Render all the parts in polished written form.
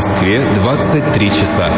Москве 23 часа.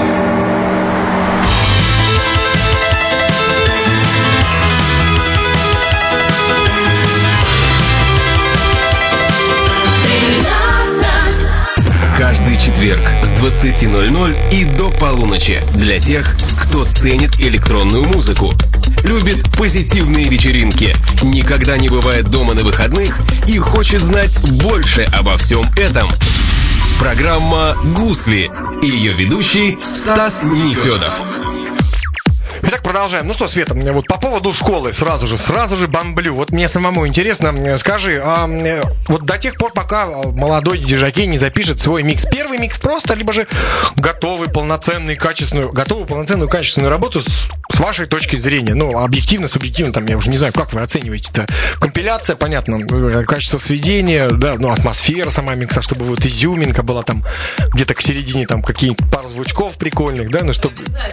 Каждый четверг с 20:00 и до полуночи для тех, кто ценит электронную музыку, любит позитивные вечеринки, никогда не бывает дома на выходных и хочет знать больше обо всем этом. Программа «Гусли» и ее ведущий Стас Нефедов. Итак, продолжаем. Ну что, Света, вот по поводу школы сразу же бомблю. Вот мне самому интересно, скажи, вот до тех пор, пока молодой диджей не запишет свой микс, первый микс просто, либо же готовую полноценную качественную работу с вашей точки зрения, ну, объективно, субъективно, там, я уже не знаю, как вы оцениваете-то. Компиляция, понятно, качество сведения, да, ну, атмосфера сама микса, чтобы вот изюминка была там где-то к середине, там, какие-нибудь пару звучков прикольных, да, ну, чтобы...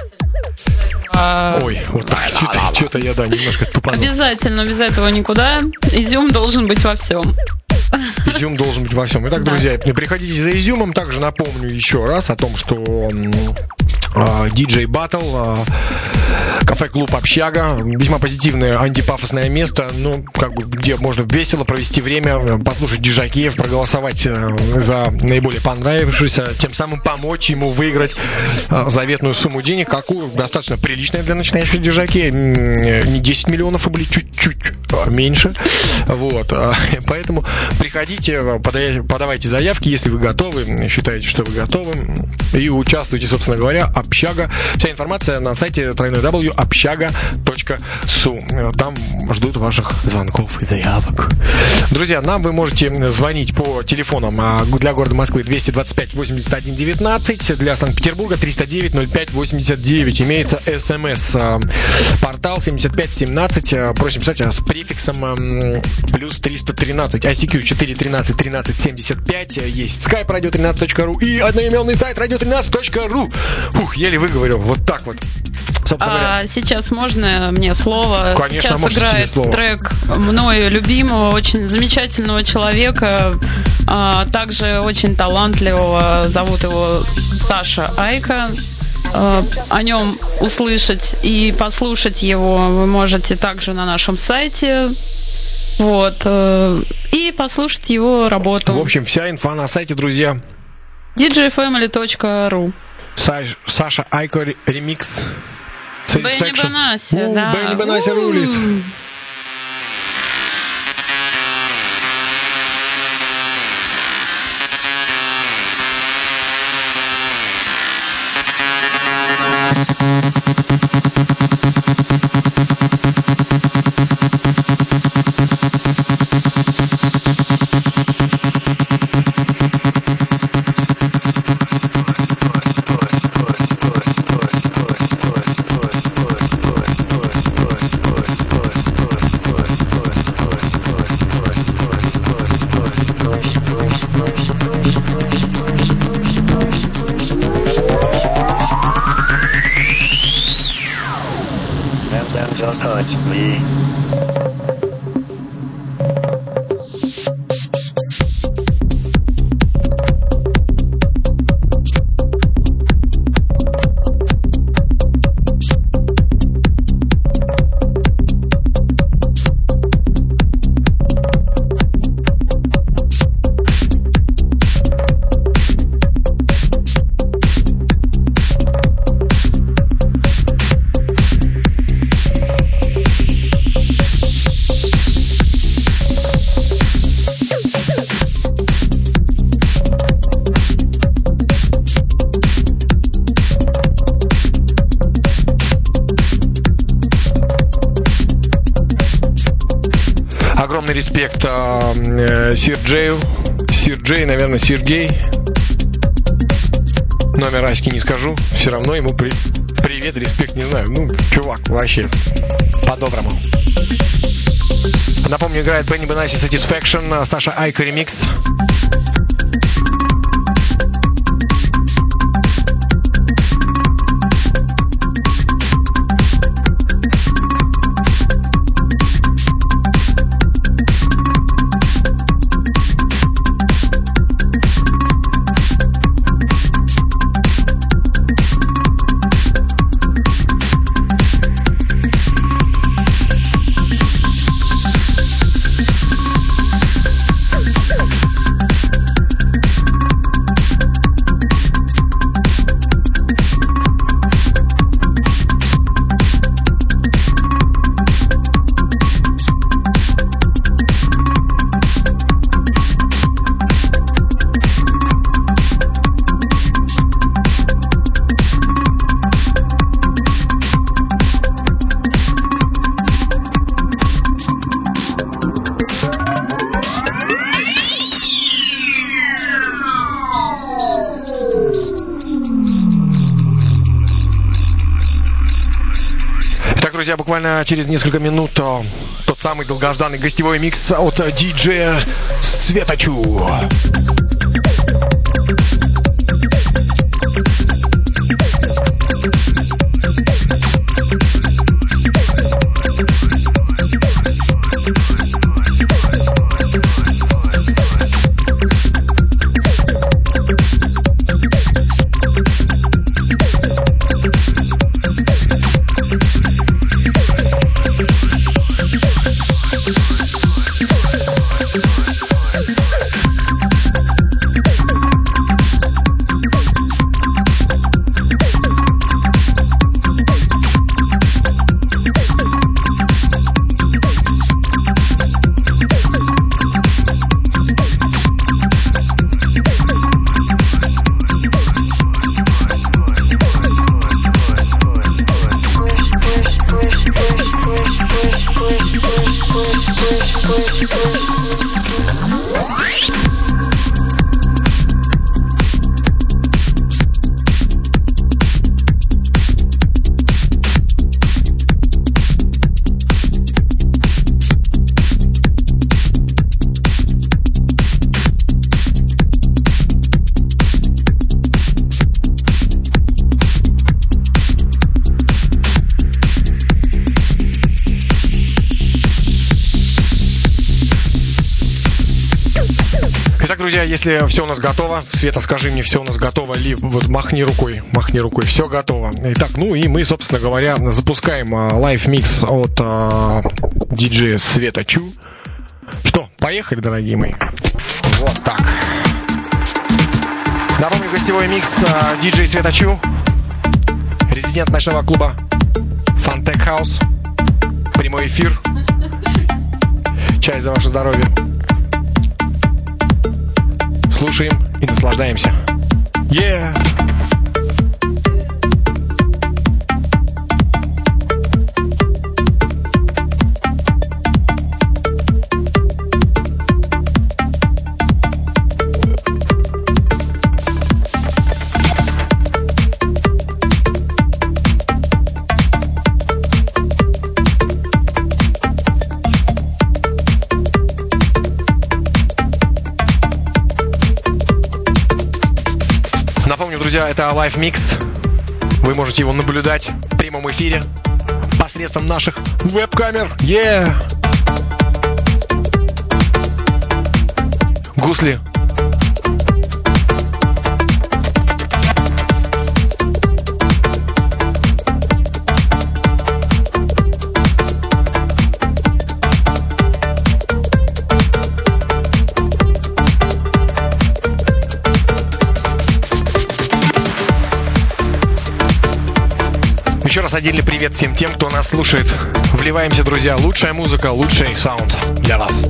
Ой, вот так, что-то я, да, немножко тупанул. Обязательно, без этого никуда. Изюм должен быть во всем. Изюм должен быть во всем. Итак, друзья, приходите за изюмом. Также напомню еще раз о том, что DJ Battle, кафе-клуб «Общага», весьма позитивное антипафосное место, ну, как бы, где можно весело провести время, послушать диджакеев, проголосовать за наиболее понравившуюся, тем самым помочь ему выиграть заветную сумму денег, какую достаточно приличная для начинающего диджакея, не 10 миллионов рублей, чуть-чуть меньше, вот, поэтому приходите, подавайте заявки, если вы готовы, считаете, что вы готовы, и участвуйте, собственно говоря, «Общага». Вся информация на сайте www.общага.су. Там ждут ваших звонков и заявок. Друзья, нам вы можете звонить по телефонам для города Москвы 225-81-19, для Санкт-Петербурга 309-05-89. Имеется СМС-портал 7517. Просим писать с префиксом плюс 313. ICQ 413-1375. Есть skype radio13.ru и одноименный сайт radio13.ru. Фух, еле выговорил. Вот так вот. Сейчас можно мне слово? Конечно, сейчас играет трек мною любимого, очень замечательного человека, также очень талантливого. Зовут его Саша Айка. О нем услышать и послушать его вы можете также на нашем сайте. Вот. И послушать его работу. В общем, вся инфа на сайте, друзья. djfamily.ru. Саша Айко ремикс. Бенни Бенаси, да. Бенни Бенаси рулит. Touch me. Респект Сергей, наверное, Сергей. Номер Аськи не скажу. Все равно ему привет, респект, не знаю. Ну, чувак, вообще по-доброму. Напомню, играет Бенни Бенаси Satisfaction, Саша Айко ремикс. друзья, буквально через несколько минут тот самый долгожданный гостевой микс от диджея Светочу. Друзья, если все у нас готово, Света, скажи мне, все у нас готово, ли, вот махни рукой, все готово. Итак, ну и мы, собственно говоря, запускаем лайв-микс от диджея Светочу. Что, поехали, дорогие мои? Вот так. Напомню, гостевой микс диджей Светочу, резидент ночного клуба Фантек Хаус. Прямой эфир. Чай за ваше здоровье. Слушаем и наслаждаемся. Yeah! Напомню, друзья, это лайв-микс. Вы можете его наблюдать в прямом эфире посредством наших веб-камер. Yeah! Гусли. Еще раз отдельный привет всем тем, кто нас слушает. Вливаемся, друзья. Лучшая музыка, лучший саунд для вас.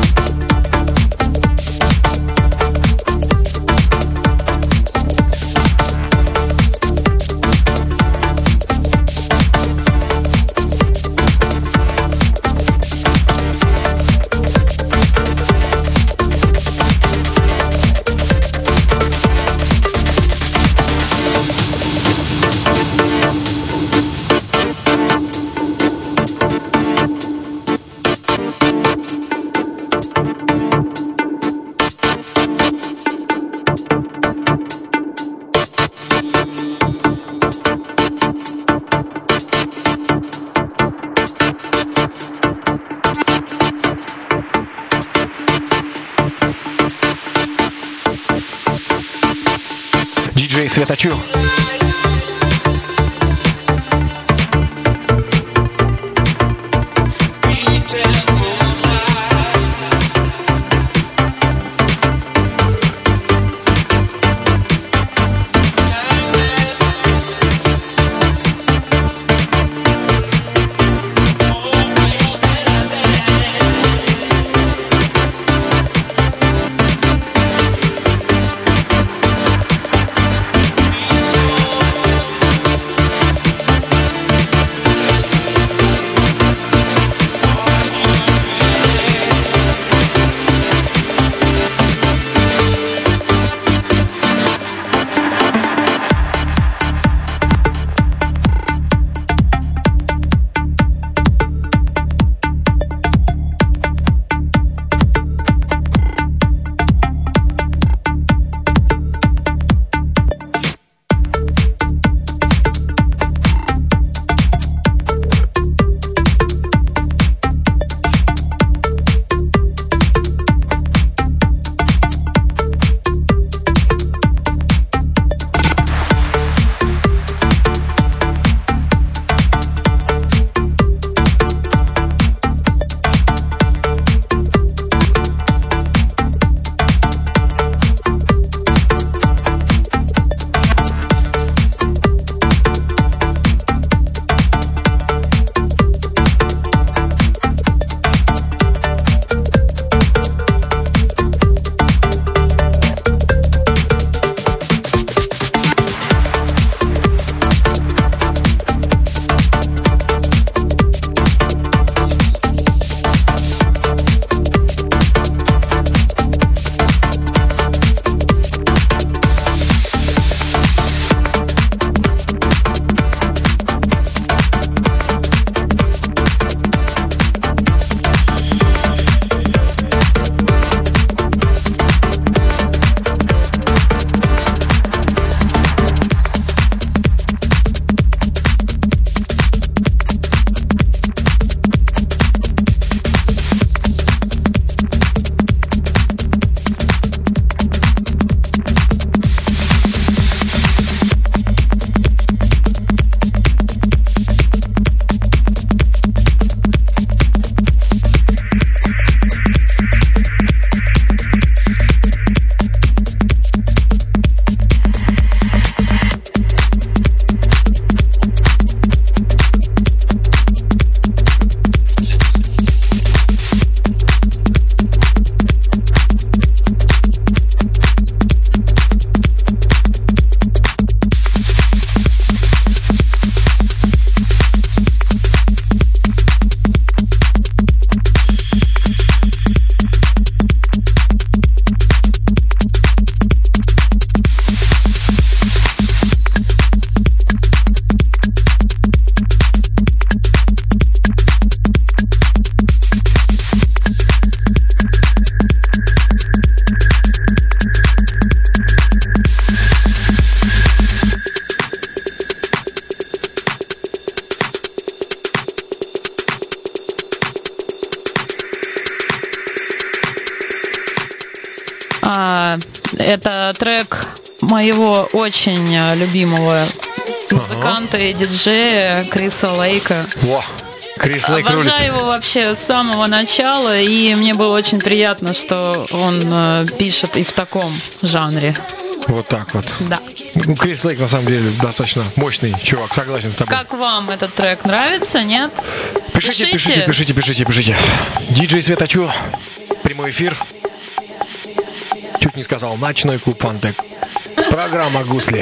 Диджей Светочу. трек моего очень любимого музыканта и диджея Криса Лейка. Во, Крис Лейк рулит. Обожаю его вообще с самого начала, и мне было очень приятно, что он пишет и в таком жанре. Вот так вот. Да. Ну, Крис Лейк, на самом деле, достаточно мощный чувак, согласен с тобой. Как вам этот трек? Нравится, нет? Пишите. Диджей Светочу, прямой эфир. Чуть не сказал, ночной клуб Фантек. Программа «Гусли».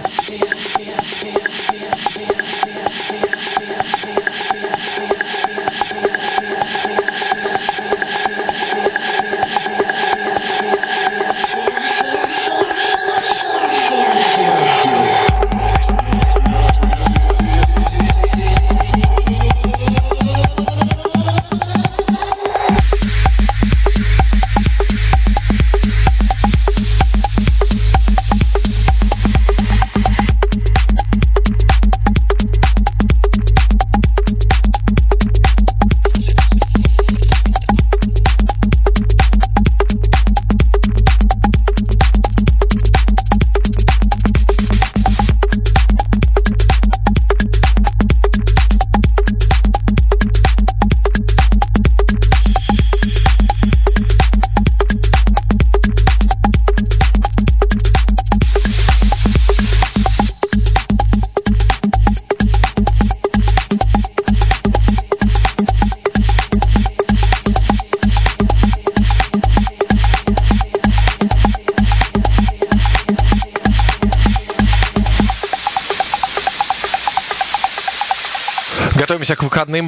Готовимся к выходным.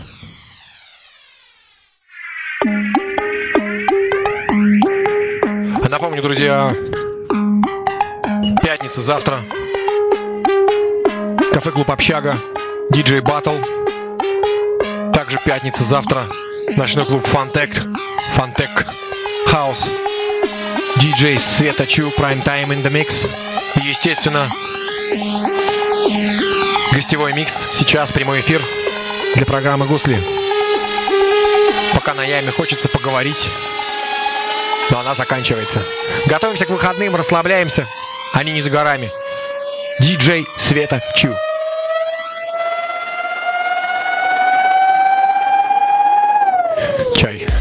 Напомню, друзья, пятница завтра. Кафе-клуб «Общага», диджей Батл. Также пятница завтра. Ночной клуб Фантек Хаус. Диджей Света Чу, Prime Time in the Mix. И, естественно, гостевой микс. Сейчас прямой эфир для программы «Гусли». Пока на яме хочется поговорить, но она заканчивается. Готовимся к выходным, расслабляемся. Они не за горами. Диджей Света Чу. Чай.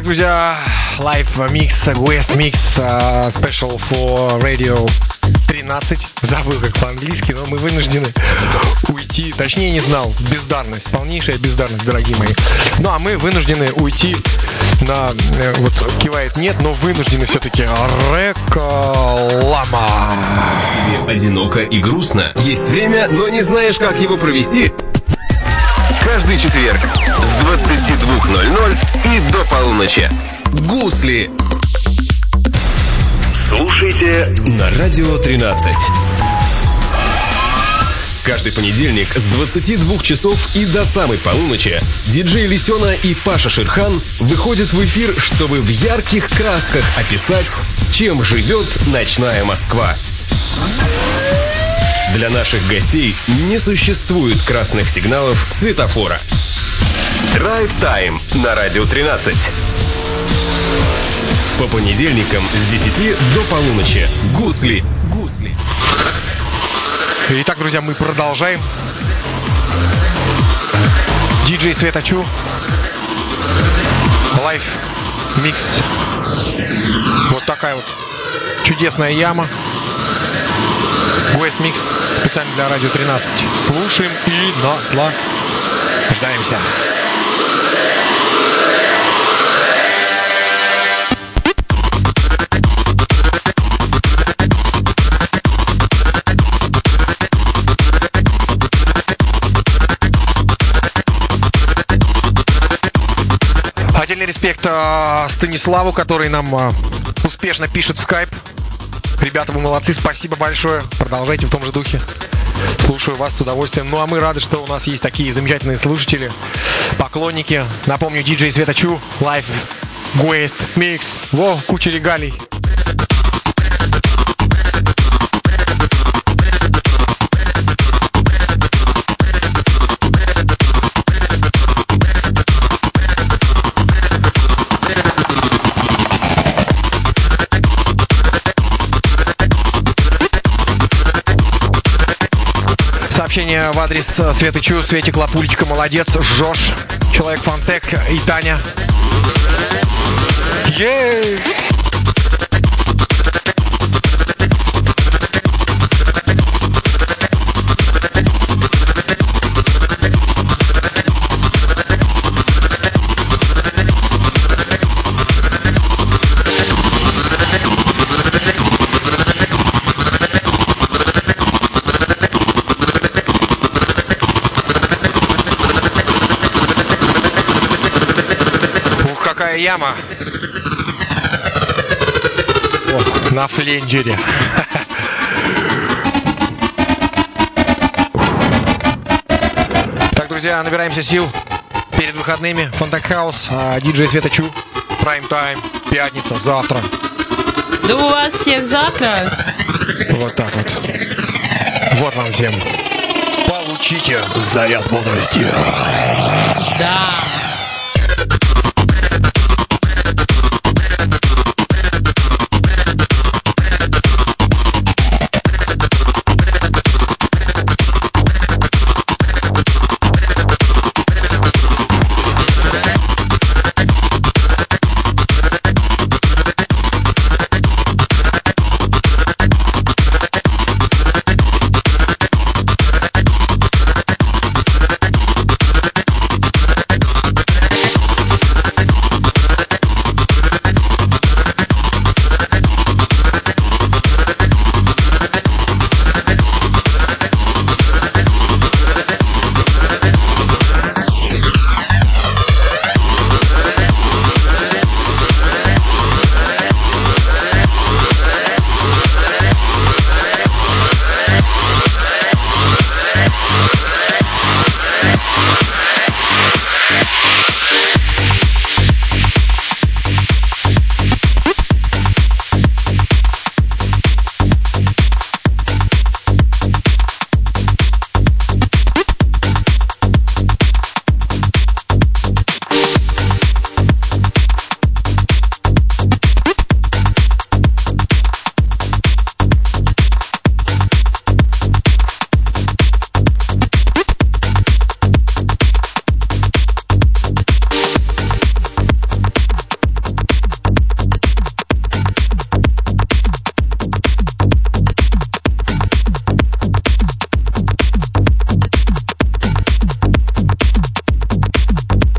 друзья, Live Mix, West Mix, Special for Radio 13. Забыл, как по-английски, но мы вынуждены уйти. Точнее, не знал. Бездарность. Полнейшая бездарность, дорогие мои. Ну, а мы вынуждены уйти на... Вот, кивает нет, но вынуждены все-таки. Реклама. Тебе одиноко и грустно. Есть время, но не знаешь, как его провести? Каждый четверг с 22:00 и до полуночи. Гусли. Слушайте на Радио 13. Каждый понедельник с 22 часов и до самой полуночи диджей Лисёна и Паша Шерхан выходят в эфир, чтобы в ярких красках описать, чем живет ночная Москва. Для наших гостей не существует красных сигналов светофора. Драйв Тайм на Радио 13. По понедельникам с 10 до полуночи. Гусли. Итак, друзья, мы продолжаем. Диджей Света Чу. Live Mix. Вот такая вот чудесная яма. West Mix специально для Радио 13. Слушаем и наслаждаемся. Отдельный респект Станиславу, который нам успешно пишет в Skype. Ребята, вы молодцы, спасибо большое. Продолжайте в том же духе. Слушаю вас с удовольствием. Ну а мы рады, что у нас есть такие замечательные слушатели, поклонники. Напомню, диджей Света Чу, Live West Mix. Во, куча регалий. Сообщение в адрес Светы Чу, Светик Лапулечка, молодец, Жош, Человек Фантек и Таня. Ей! Яма. Вот, на фленджере. Так, друзья, набираемся сил перед выходными. Фонтак Хаус, диджей Света Чу, Прайм Тайм, пятница, завтра. Да у вас всех завтра. Вот так вот. Вот вам всем. Получите заряд бодрости. Да.